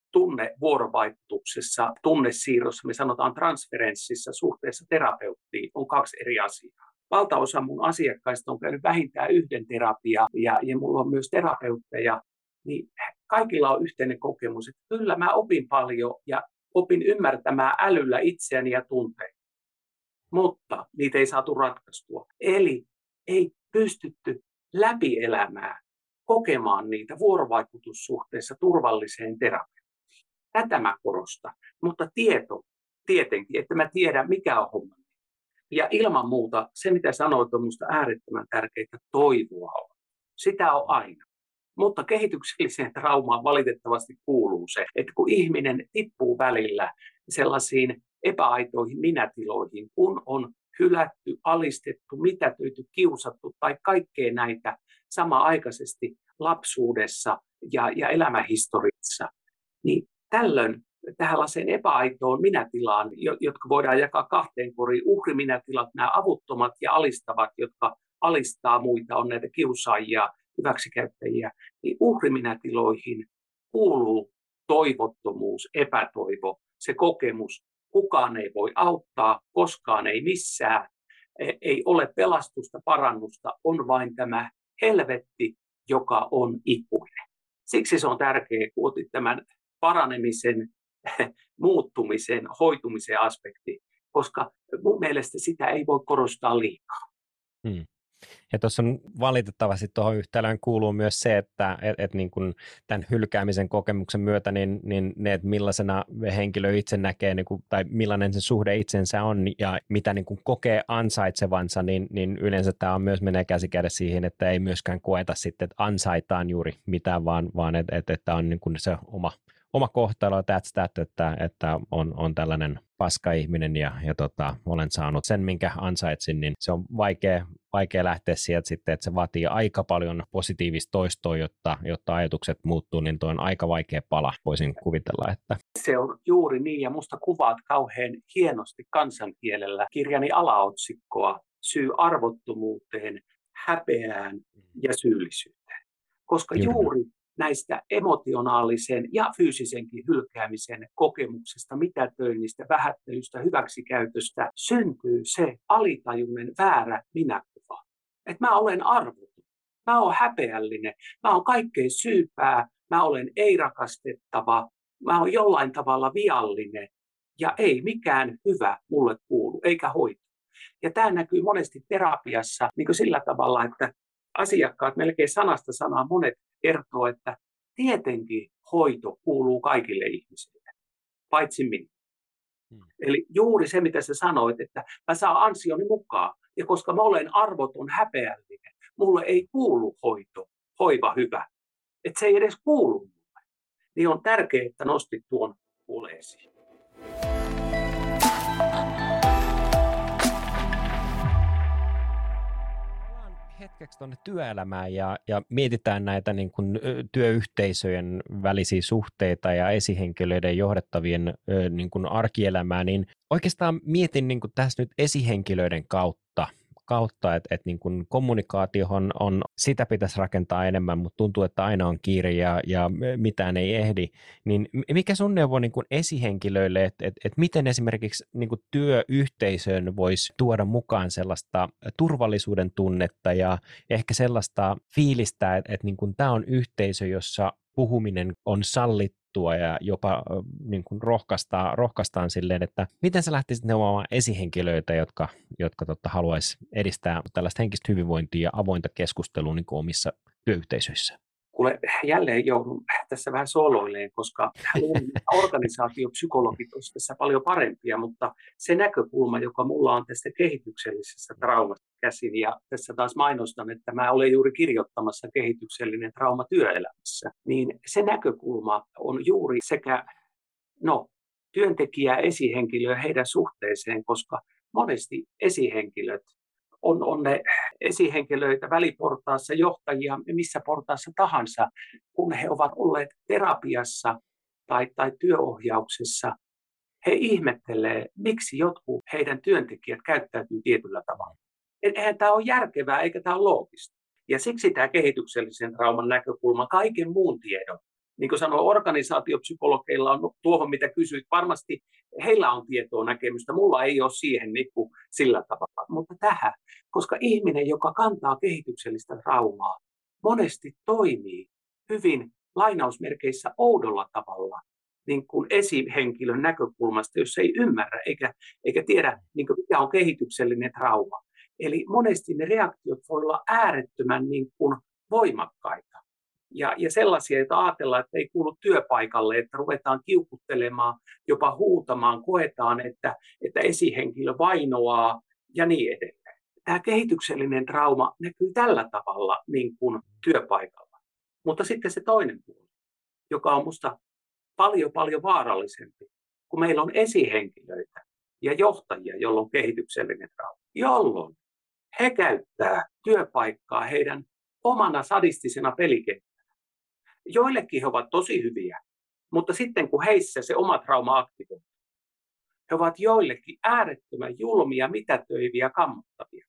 tunnevuorovaikutuksessa, tunnesiirrossa, me sanotaan transferenssissa suhteessa terapeuttiin, on kaksi eri asiaa. Valtaosa mun asiakkaista on käynyt vähintään yhden terapia ja, ja mulla on myös terapeutteja, niin kaikilla on yhteinen kokemus, että kyllä mä opin paljon ja opin ymmärtämään älyllä itseäni ja tunteita, mutta niitä ei saatu ratkaistua. Eli ei pystytty läpielämään, kokemaan niitä vuorovaikutussuhteessa turvalliseen terapiaan. Tätä mä korostan, mutta tieto tietenkin, että mä tiedän mikä on homma. Ja ilman muuta se, mitä sanoit, on minusta äärettömän tärkeää, toivoa on. Sitä on aina. Mutta kehitykselliseen traumaan valitettavasti kuuluu se, että kun ihminen tippuu välillä sellaisiin epäaitoihin minätiloihin, kun on hylätty, alistettu, mitätöity, kiusattu tai kaikkea näitä samaaikaisesti lapsuudessa ja, ja elämänhistoriassa, niin tällöin tällaiseen epäaitoon minätilaan, jotka voidaan jakaa kahteen koriin, uhriminätilat, nämä avuttomat ja alistavat, jotka alistaa muita, on näitä kiusaajia, hyväksikäyttäjiä, niin uhriminätiloihin kuuluu toivottomuus, epätoivo, se kokemus, kukaan ei voi auttaa, koskaan ei missään, ei ole pelastusta, parannusta, on vain tämä helvetti, joka on ikuinen. Siksi se on tärkeää, kun otit tämän paranemisen, muuttumisen, hoitumisen aspekti, koska mun mielestä sitä ei voi korostaa liikaa. Hmm. Ja tuossa on valitettavasti tuohon yhtälöön kuuluu myös se, että et, et niin kun tämän hylkäämisen kokemuksen myötä, niin, niin ne, että millaisena henkilö itse näkee, niin kun, tai millainen se suhde itsensä on ja mitä niin kun kokee ansaitsevansa, niin, niin yleensä tämä on myös menee käsikädessä siihen, että ei myöskään koeta sitten, että ansaitaan juuri mitään, vaan, vaan että et, et on niin kun se oma, oma kohtalo, that's that, että, että on, on tällainen paska-ihminen ja, ja tota, olen saanut sen, minkä ansaitsin, niin se on vaikea, vaikea lähteä sieltä sitten, että se vaatii aika paljon positiivista toistoa, jotta, jotta ajatukset muuttuu, niin tuo on aika vaikea pala, voisin kuvitella. Että. Se on juuri niin, ja musta kuvaat kauhean hienosti kansankielellä kirjani alaotsikkoa syy arvottomuuteen, häpeään ja syyllisyyteen. Koska Kyllä. juuri näistä emotionaalisen ja fyysisenkin hylkäämisen kokemuksesta, mitätöinnistä, vähättelystä, hyväksikäytöstä syntyy se alitajuinen väärä minäkuva. Että mä olen arvoton, mä oon häpeällinen, mä oon kaikkein syypää, mä olen ei-rakastettava, mä oon jollain tavalla viallinen ja ei mikään hyvä mulle kuulu, eikä hoito. Ja tämä näkyy monesti terapiassa niin kuin sillä tavalla, että asiakkaat melkein sanasta sanaa monet kertoo, että tietenkin hoito kuuluu kaikille ihmisille, paitsi minulle. Hmm. Eli juuri se, mitä sä sanoit, että mä saan ansioni mukaan, ja koska mä olen arvoton, häpeällinen, mulle ei kuulu hoito, hoiva hyvä, että se ei edes kuulu mulle, niin on tärkeää, että nostit tuon puolen esiin. Hetkeksi tuonne työelämään ja, ja mietitään näitä niin kuin työyhteisöjen välisiä suhteita ja esihenkilöiden johdettavien niin kuin arkielämää, niin oikeastaan mietin niin kuin tässä nyt esihenkilöiden kautta, kautta että, että niin kuin kommunikaatiohan on, sitä pitäisi rakentaa enemmän, mutta tuntuu, että aina on kiire ja, ja mitään ei ehdi, niin mikä sun neuvo niin kuin esihenkilöille, että, että, että miten esimerkiksi niin kuin työyhteisöön voisi tuoda mukaan sellaista turvallisuuden tunnetta ja ehkä sellaista fiilistä, että, että niin kuin tämä on yhteisö, jossa puhuminen on sallittua ja jopa niin kuin rohkaistaan, rohkaistaan silleen, että miten sä lähtisit neuvomaan esihenkilöitä, jotka, jotka totta, haluaisi edistää tällaista henkistä hyvinvointia ja avointa keskustelua niin kuin omissa työyhteisöissä? Kuule, jälleen joudun tässä vähän soloilleen, koska organisaatiopsykologit olisivat tässä paljon parempia, mutta se näkökulma, joka mulla on tästä kehityksellisestä traumasta käsin, ja tässä taas mainostan, että mä olen juuri kirjoittamassa kehityksellinen trauma työelämässä, niin se näkökulma on juuri sekä no, työntekijä, esihenkilö ja heidän suhteeseen, koska monesti esihenkilöt on, on ne esihenkilöitä väliportaassa, johtajia, missä portaassa tahansa, kun he ovat olleet terapiassa tai, tai työohjauksessa. He ihmettelee, miksi jotkut heidän työntekijät käyttäytyy tietyllä tavalla. Eihän tämä ole järkevää eikä tämä ole loogista. Ja siksi tämä kehityksellisen trauman näkökulma kaiken muun tiedon, niin kuin sanoin, organisaatiopsykologeilla on tuohon, mitä kysyit, varmasti heillä on tietoa, näkemystä, mulla ei ole siihen niin kuin sillä tavalla, mutta tähän, koska ihminen, joka kantaa kehityksellistä traumaa, monesti toimii hyvin lainausmerkeissä oudolla tavalla, niin kuin esihenkilön näkökulmasta, jos ei ymmärrä eikä, eikä tiedä, niin kuin mikä on kehityksellinen trauma. Eli monesti ne reaktiot voi olla äärettömän niin kuin voimakkaita. Ja, ja sellaisia, joita ajatellaan, että ei kuulu työpaikalle, että ruvetaan kiukuttelemaan, jopa huutamaan, koetaan, että, että esihenkilö vainoaa ja niin edelleen. Tämä kehityksellinen trauma näkyy tällä tavalla niin kuin työpaikalla. Mutta sitten se toinen puoli, joka on minusta paljon, paljon vaarallisempi, kun meillä on esihenkilöitä ja johtajia, joilla on kehityksellinen trauma, jolloin he käyttää työpaikkaa heidän omana sadistisena pelikenttänä. Joillekin he ovat tosi hyviä, mutta sitten kun heissä se oma trauma aktivoituu, he ovat joillekin äärettömän julmia, mitätöiviä, kammottavia.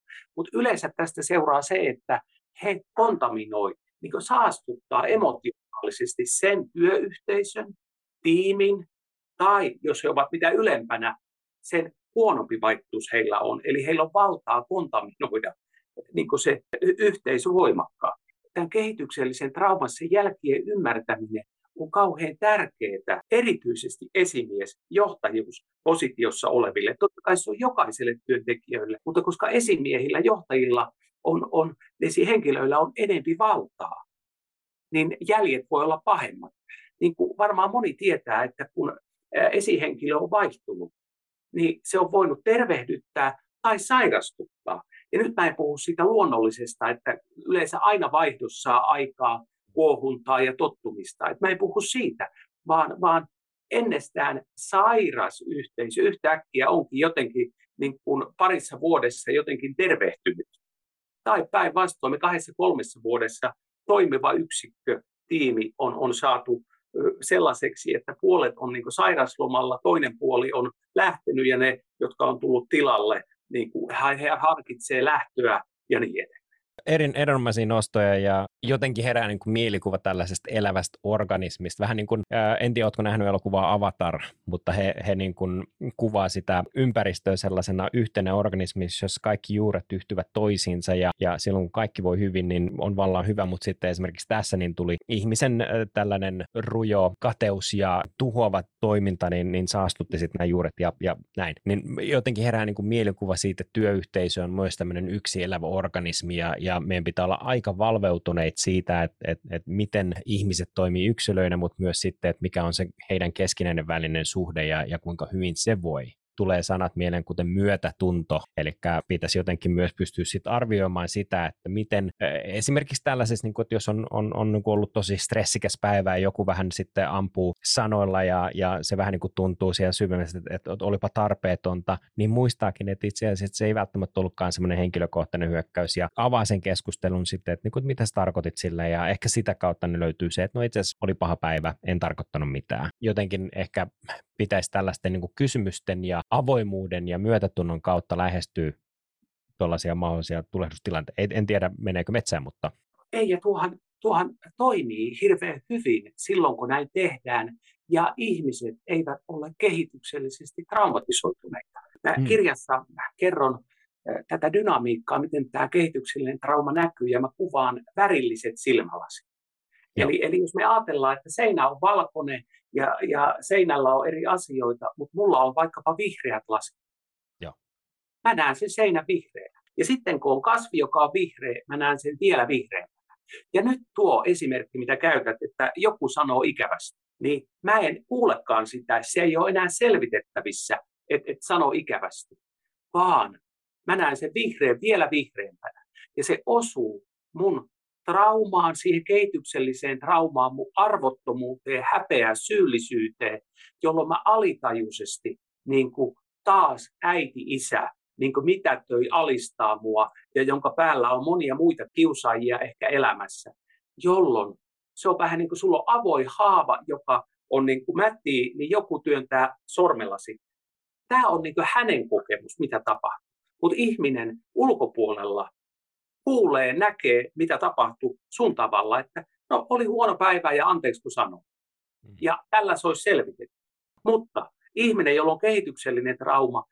Mutta yleensä tästä seuraa se, että he kontaminoi, niin kuin saastuttaa emotionaalisesti sen työyhteisön, tiimin, tai jos he ovat mitä ylempänä, sen huonompi vaikutus heillä on. Eli heillä on valtaa kontaminoida niin kuin se yhteisö voimakkaasti. Tämän kehityksellisen trauman sen jälkien ymmärtäminen on kauhean tärkeää, erityisesti esimies, johtajuus positiossa oleville. Totta kai se on jokaiselle työntekijälle, mutta koska esimiehillä, johtajilla on, on henkilöillä on enempi valtaa, niin jäljet voi olla pahemmat. Niin kuin varmaan moni tietää, että kun esihenkilö on vaihtunut, niin se on voinut tervehdyttää tai sairastuttaa. Ja nyt mä en puhu siitä luonnollisesta, että yleensä aina vaihdos saa aikaa kuohuntaa ja tottumista. Et mä en puhu siitä, vaan, vaan ennestään sairas yhteisö yhtäkkiä onkin jotenkin niin kuin parissa vuodessa jotenkin tervehtynyt. Tai päinvastoin me kahdessa kolmessa vuodessa toimiva yksikkö, tiimi on, on saatu sellaiseksi, että puolet on niin kuin sairaslomalla, toinen puoli on lähtenyt ja ne, jotka on tullut tilalle, niin kuin he harkitsee lähtöä ja niin edelleen. Erin, erinomaisia nostoja ja jotenkin herää niin kuin mielikuva tällaisesta elävästä organismista. Vähän niin kuin, ää, en tiedä, oletko nähnyt elokuvaa Avatar, mutta he, he niin kuin kuvaa sitä ympäristöä sellaisena yhtenä organismissa, jossa kaikki juuret yhtyvät toisiinsa ja, ja silloin kun kaikki voi hyvin, niin on vallan hyvä, mutta sitten esimerkiksi tässä niin tuli ihmisen ä, tällainen rujo kateus ja tuhoava toiminta, niin, niin saastutti sitten nämä juuret ja, ja näin. Niin jotenkin herää niin kuin mielikuva siitä, että työyhteisö on myös tämmöinen yksi elävä organismi ja, ja Ja meidän pitää olla aika valveutuneita siitä, että, että, että miten ihmiset toimii yksilöinä, mutta myös sitten, että mikä on se heidän keskinäinen välinen suhde ja, ja kuinka hyvin se voi. Tulee sanat mieleen kuten myötätunto, eli pitäisi jotenkin myös pystyä sit arvioimaan sitä, että miten esimerkiksi tällaisessa, niin kuin, että jos on, on, on niin kuin ollut tosi stressikäs päivä ja joku vähän sitten ampuu sanoilla ja, ja se vähän niin kuin tuntuu siellä syvemmässä, että, että olipa tarpeetonta, niin muistaakin, että itse asiassa se ei välttämättä ollutkaan semmoinen henkilökohtainen hyökkäys ja avaa sen keskustelun sitten, että, niin kuin, että mitä sä tarkoitit sillä ja ehkä sitä kautta niin löytyy se, että no itse asiassa oli paha päivä, en tarkoittanut mitään. Jotenkin ehkä pitäisi tällaisten niin kuin kysymysten ja avoimuuden ja myötätunnon kautta lähestyä tuollaisia mahdollisia tulehdustilanteita. En tiedä, meneekö metsään, mutta... Ei, ja tuohan, tuohan toimii hirveän hyvin silloin, kun näin tehdään, ja ihmiset eivät ole kehityksellisesti traumatisoituneita. Mä hmm. kirjassa kerron tätä dynamiikkaa, miten tämä kehityksellinen trauma näkyy, ja mä kuvaan värilliset silmälasit. Eli, eli jos me ajatellaan, että seinä on valkoinen ja, ja seinällä on eri asioita, mutta mulla on vaikkapa vihreät lasit. Joo. Mä näen sen seinän vihreänä. Ja sitten kun on kasvi, joka on vihreä, mä näen sen vielä vihreämpänä. Ja nyt tuo esimerkki, mitä käytät, että joku sanoo ikävästi, niin mä en kuulekaan sitä, se ei ole enää selvitettävissä, että et sano ikävästi, vaan mä näen sen vihreän vielä vihreämpänä. Ja se osuu mun traumaan, siihen kehitykselliseen traumaan, mun arvottomuuteen, häpeään, syyllisyyteen, jolloin mä alitajuisesti niin kuin taas äiti, isä, niin kuin mitätöi, alistaa mua, ja jonka päällä on monia muita kiusaajia ehkä elämässä, jolloin se on vähän niin kuin sulla on avoin haava, joka on niin kuin mättii, niin joku työntää sormella sitten. Tämä on niin kuin hänen kokemus, mitä tapahtuu. Mutta ihminen ulkopuolella kuulee, näkee, mitä tapahtuu sun tavalla, että no oli huono päivä ja anteeksi kun sanon. Ja tällä se olisi selvitetty. Mutta ihminen, jolla on kehityksellinen trauma,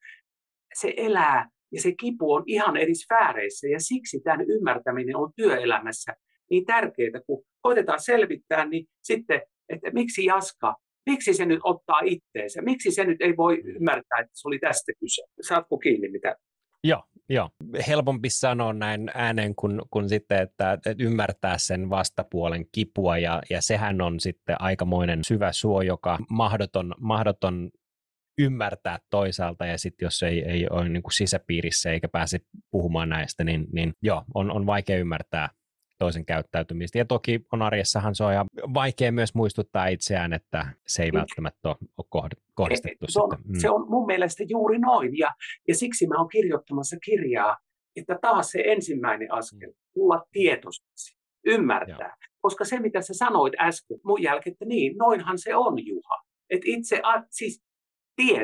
se elää ja se kipu on ihan eri sfääreissä ja siksi tämän ymmärtäminen on työelämässä niin tärkeää, kun koitetaan selvittää, niin sitten, että miksi Jaska, miksi se nyt ottaa itteensä, miksi se nyt ei voi ymmärtää, että se oli tästä kyse. Saatko kiinni mitä? Joo, joo. Helpompi sanoa näin ääneen kuin, kuin sitten, että, että ymmärtää sen vastapuolen kipua ja, ja sehän on sitten aikamoinen syvä suo, joka mahdoton, mahdoton ymmärtää toisaalta ja sitten jos ei, ei ole niin kuin sisäpiirissä eikä pääse puhumaan näistä, niin, niin joo, on, on vaikea ymmärtää toisen käyttäytymistä. Ja toki on arjessahan se on ja vaikea myös muistuttaa itseään, että se ei välttämättä ole kohdistettu. Se on, mm. se on mun mielestä juuri noin ja, ja siksi mä oon kirjoittamassa kirjaa, että taas se ensimmäinen askel, tulla tietoisesti, ymmärtää. Joo. Koska se, mitä sä sanoit äsken mun jälkeen, että niin, noinhan se on, Juha. Että itse, siis tieto,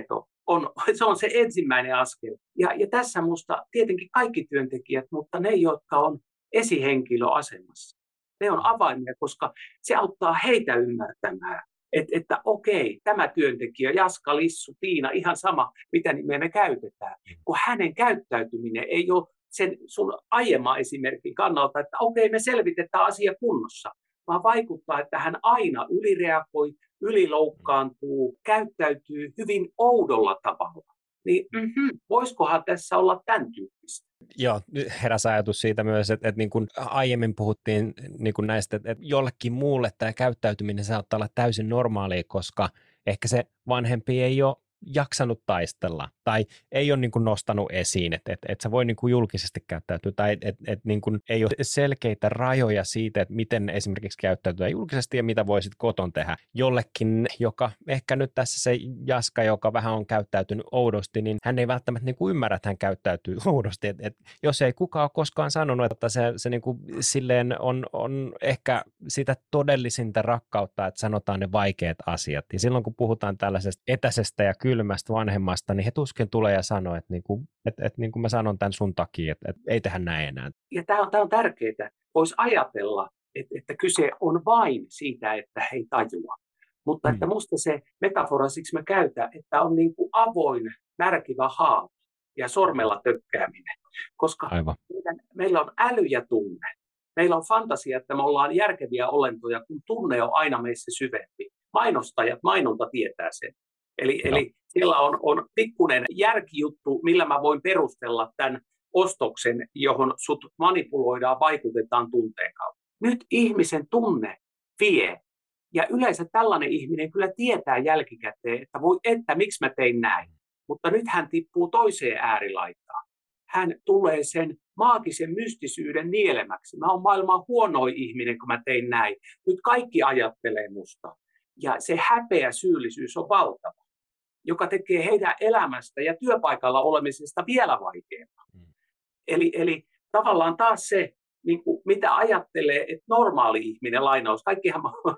on, se on se ensimmäinen askel. Ja, ja tässä musta tietenkin kaikki työntekijät, mutta ne, jotka on esihenkilöasemassa, ne on avaimia, koska se auttaa heitä ymmärtämään, että, että okei, tämä työntekijä, Jaska, Lissu, Tiina, ihan sama, mitä nimeä me käytetään, kun hänen käyttäytyminen ei ole sen sun aiemman esimerkin kannalta, että okei, me selvitetään asia kunnossa, vaan vaikuttaa, että hän aina ylireagoi, yliloukkaantuu, käyttäytyy hyvin oudolla tavalla. Niin mm-hmm, voisikohan tässä olla tämän tyyppistä? Joo, heräsi ajatus siitä myös, että, että niin kuin aiemmin puhuttiin niin kuin näistä, että jollekin muulle tämä käyttäytyminen saattaa olla täysin normaalia, koska ehkä se vanhempi ei ole jaksanut taistella tai ei ole niin kuin nostanut esiin, että et, et sä voi niin kuin julkisesti käyttäytyä tai että et, niin kuin ei ole selkeitä rajoja siitä, että miten esimerkiksi käyttäytyä julkisesti ja mitä voisit koton tehdä. Jollekin, joka ehkä nyt tässä se Jaska, joka vähän on käyttäytynyt oudosti, niin hän ei välttämättä niin kuin ymmärrä, että hän käyttäytyy oudosti. Et, et, jos ei kukaan ole koskaan sanonut, että se, se niin kuin silleen on, on ehkä sitä todellisinta rakkautta, että sanotaan ne vaikeat asiat. Ja silloin kun puhutaan tällaisesta etäisestä ja kylmästä vanhemmasta, niin he tuskin tulee ja sanoo, että, niin kuin, että, että niin kuin mä sanon tämän sun takia, että, että ei tehdä näin enää. Ja tämä on, tämä on tärkeää. Voisi ajatella, että, että kyse on vain siitä, että he ei tajua. Mutta hmm. että musta se metafora, siksi mä käytän, että on niin kuin avoin, märkivä haava ja sormella tökkääminen. Koska meidän, meillä on äly ja tunne. Meillä on fantasia, että me ollaan järkeviä olentoja, kun tunne on aina meissä syvempi. Mainostajat, mainonta tietää sen. Eli, no. eli siellä on, on pikkuinen järkijuttu, millä mä voin perustella tämän ostoksen, johon sut manipuloidaan, vaikutetaan tunteen kautta. Nyt ihmisen tunne vie. Ja yleensä tällainen ihminen kyllä tietää jälkikäteen, että voi, että miksi mä tein näin. Mutta nyt hän tippuu toiseen äärilaitaan. Hän tulee sen maagisen mystisyyden nielemäksi. Mä oon maailman huonoin ihminen, kun mä tein näin. Nyt kaikki ajattelee musta. Ja se häpeä syyllisyys on valtava, joka tekee heidän elämästä ja työpaikalla olemisesta vielä vaikeampaa. Mm. Eli, eli tavallaan taas se, niin kuin, mitä ajattelee, että normaali ihminen, lainaus, kaikkihan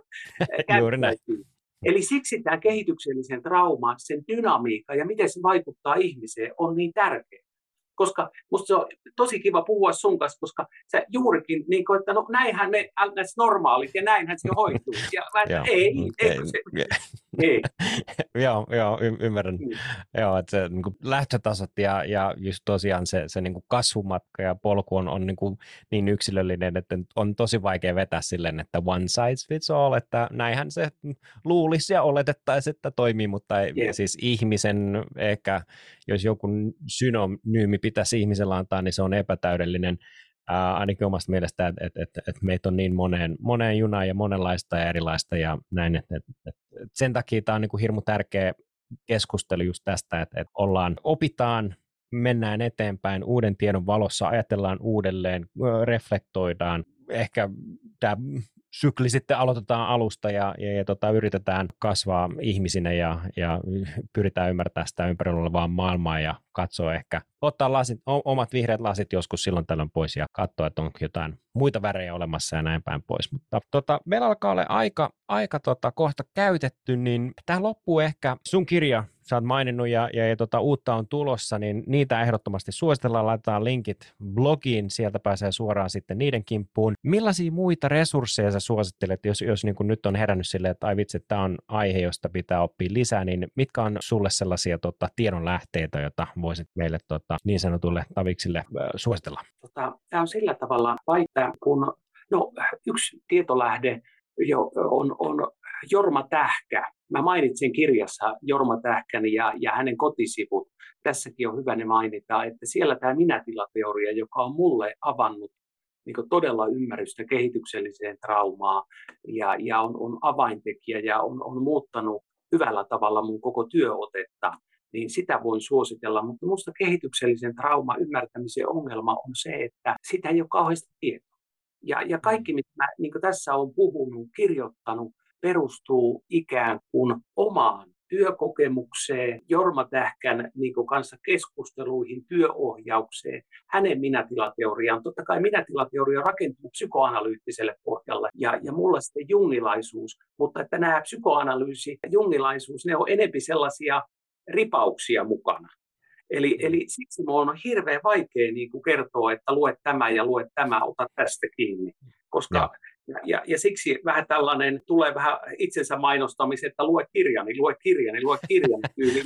käyttäytyy. Eli siksi tämä kehityksellisen trauma, sen dynamiikka ja miten se vaikuttaa ihmiseen on niin tärkeä. Koska musta se on tosi kiva puhua sun kanssa, koska sä juurikin, niin kuin, että no näinhän me näissä normaalit ja näinhän se hoituu. Ja mä, että ei, ei, ei, se, ei. Joo, joo, y- ymmärrän. Mm. Joo, että se niin kuin lähtötasot ja, ja just tosiaan se, se niin kuin kasvumatka ja polku on, on niin, kuin niin yksilöllinen, että on tosi vaikea vetää silleen, että one size fits all, että näinhän se luulisi ja oletettaisiin, että toimii, mutta ei, yeah. siis ihmisen ehkä, jos joku synonyymi pitäisi ihmisellä antaa, niin se on epätäydellinen. Ää, ainakin omasta mielestä, että et, et, et meitä on niin moneen, moneen junaan ja monenlaista ja erilaista ja näin, että et, et, et sen takia tämä on niin kuin hirmu tärkeä keskustelu just tästä, että et ollaan, opitaan, mennään eteenpäin uuden tiedon valossa, ajatellaan uudelleen, reflektoidaan, ehkä tämä sykli sitten aloitetaan alusta ja, ja, ja tota, yritetään kasvaa ihmisinä ja, ja pyritään ymmärtämään sitä ympärillä olevaa maailmaa ja katsoa ehkä, ottaa lasit, omat vihreät lasit joskus silloin tällöin pois ja katsoa, että onko jotain muita värejä olemassa ja näin päin pois. Mutta tota, meillä alkaa olla aika, aika tota, kohta käytetty, niin tämä loppuu ehkä sun kirja, sä oot maininnut ja, ja, ja tota, uutta on tulossa, niin niitä ehdottomasti suositellaan, laitetaan linkit blogiin, sieltä pääsee suoraan sitten niiden kimppuun. Millaisia muita resursseja sä suosittelet, jos, jos niin kuin nyt on herännyt silleen, että ai vitsi, tämä on aihe, josta pitää oppia lisää, niin mitkä on sulle sellaisia tota, tiedonlähteitä, joita voisit meille tota, niin sanotulle taviksille äh, suositella? Tota, tämä on sillä tavalla vaikea, kun no, yksi tietolähde jo on, on Jorma Tähkä. Mä mainitsin kirjassa Jorma Tähkän ja, ja hänen kotisivut. Tässäkin on hyvä ne mainita, että siellä tämä minätilateoria, joka on mulle avannut niin kuin todella ymmärrystä kehitykselliseen traumaan ja, ja on, on avaintekijä ja on, on muuttanut hyvällä tavalla mun koko työotetta, niin sitä voin suositella. Mutta minusta kehityksellisen trauman ymmärtämisen ongelma on se, että sitä ei ole kauheasti tietoa. Ja, ja kaikki, mitä mä niin kuin tässä olen puhunut, kirjoittanut, perustuu ikään kuin omaan työkokemukseen, Jorma Tähkän niin kuin kanssa keskusteluihin, työohjaukseen, hänen minätilateoriaan. Totta kai minätilateoria rakentuu psykoanalyyttiselle pohjalle ja, ja mulla sitten jungilaisuus, mutta että nämä psykoanalyysi ja jungilaisuus, ne on enempi sellaisia ripauksia mukana. Eli, eli siksi minulla on hirveän vaikea niin kuin kertoa, että lue tämä ja lue tämä, ota tästä kiinni. Koska, ja, ja, ja siksi vähän tällainen, tulee vähän itsensä mainostamisen, että lue kirjani, lue kirjani, lue kirjani tyyli.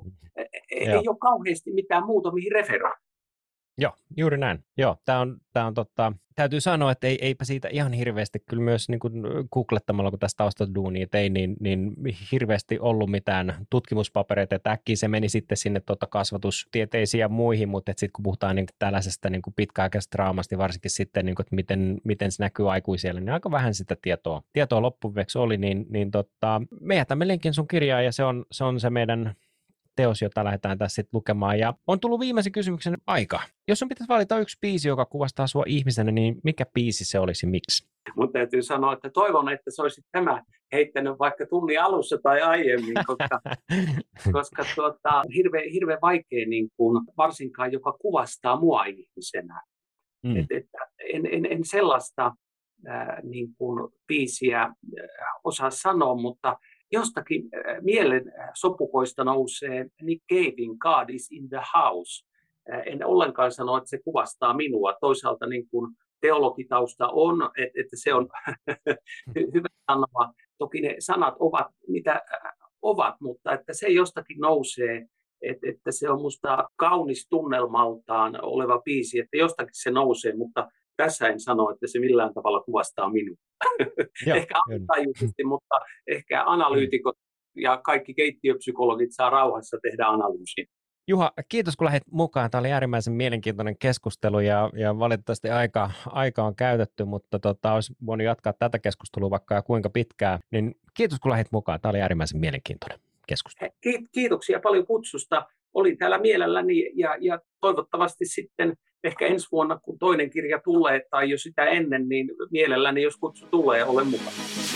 Ei ole kauheasti mitään muuta, mihin referoida. Joo, juuri näin. Joo, tämä on, tää on totta. Täytyy sanoa, että ei, eipä siitä ihan hirveästi, kyllä myös niin kuin googlettamalla, kun tästä taustaduunia tein, niin, niin hirveästi ollut mitään tutkimuspapereita, että äkkiä se meni sitten sinne tuota kasvatustieteisiin ja muihin, mutta sitten kun puhutaan niin tällaisesta niin pitkäaikaisesta draamasta, varsinkin sitten, niin kuin, että miten, miten se näkyy aikuisille, niin aika vähän sitä tietoa, tietoa loppuviimeksi oli, niin, niin tota, me jätämme linkin sun kirjaan ja se on se, on se meidän teos, jota lähdetään tässä sitten lukemaan. Ja on tullut viimeisen kysymyksen aika. Jos on pitäisi valita yksi biisi, joka kuvastaa sua ihmisenä, niin mikä biisi se olisi, miksi? Mun täytyy sanoa, että toivon, että se olisi tämä heittänyt vaikka tunnin alussa tai aiemmin, koska, koska tuota, hirveän hirveä vaikea, niin kuin, varsinkaan joka kuvastaa mua ihmisenä. Mm. Et, et, en, en, en sellaista äh, niin kuin biisiä äh, osaa sanoa, mutta jostakin äh, mielen sopukoista nousee Nick Cavein God is in the house. Äh, en ollenkaan sano, että se kuvastaa minua. Toisaalta niin kuin teologitausta on, että, että se on hyvä sanoa. Toki ne sanat ovat mitä äh, ovat, mutta että se jostakin nousee, että, että se on musta kaunis tunnelmaltaan oleva biisi, että jostakin se nousee, mutta tässä en sano, että se millään tavalla kuvastaa minua. Joo, ehkä tajuisesti, mutta ehkä analyytikot ja kaikki keittiöpsykologit saa rauhassa tehdä analyysin. Juha, kiitos kun lähdit mukaan. Tämä oli äärimmäisen mielenkiintoinen keskustelu ja, ja valitettavasti aika, aika on käytetty, mutta tota, olisi voinut jatkaa tätä keskustelua vaikka ja kuinka pitkään. Niin kiitos kun lähdit mukaan. Tämä oli äärimmäisen mielenkiintoinen keskustelu. Kiitoksia paljon kutsusta. Olin täällä mielelläni ja, ja toivottavasti sitten ehkä ensi vuonna, kun toinen kirja tulee tai jo sitä ennen, niin mielelläni, jos kutsu tulee, olen mukana.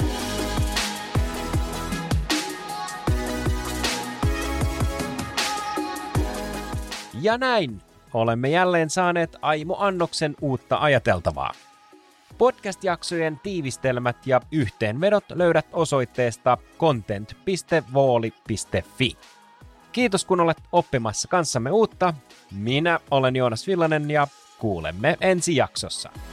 Ja näin olemme jälleen saaneet Aimo Annoksen uutta ajateltavaa. Podcast-jaksojen tiivistelmät ja yhteenvedot löydät osoitteesta content piste vooli piste fi. Kiitos kun olet oppimassa kanssamme uutta. Minä olen Joonas Villanen ja kuulemme ensi jaksossa.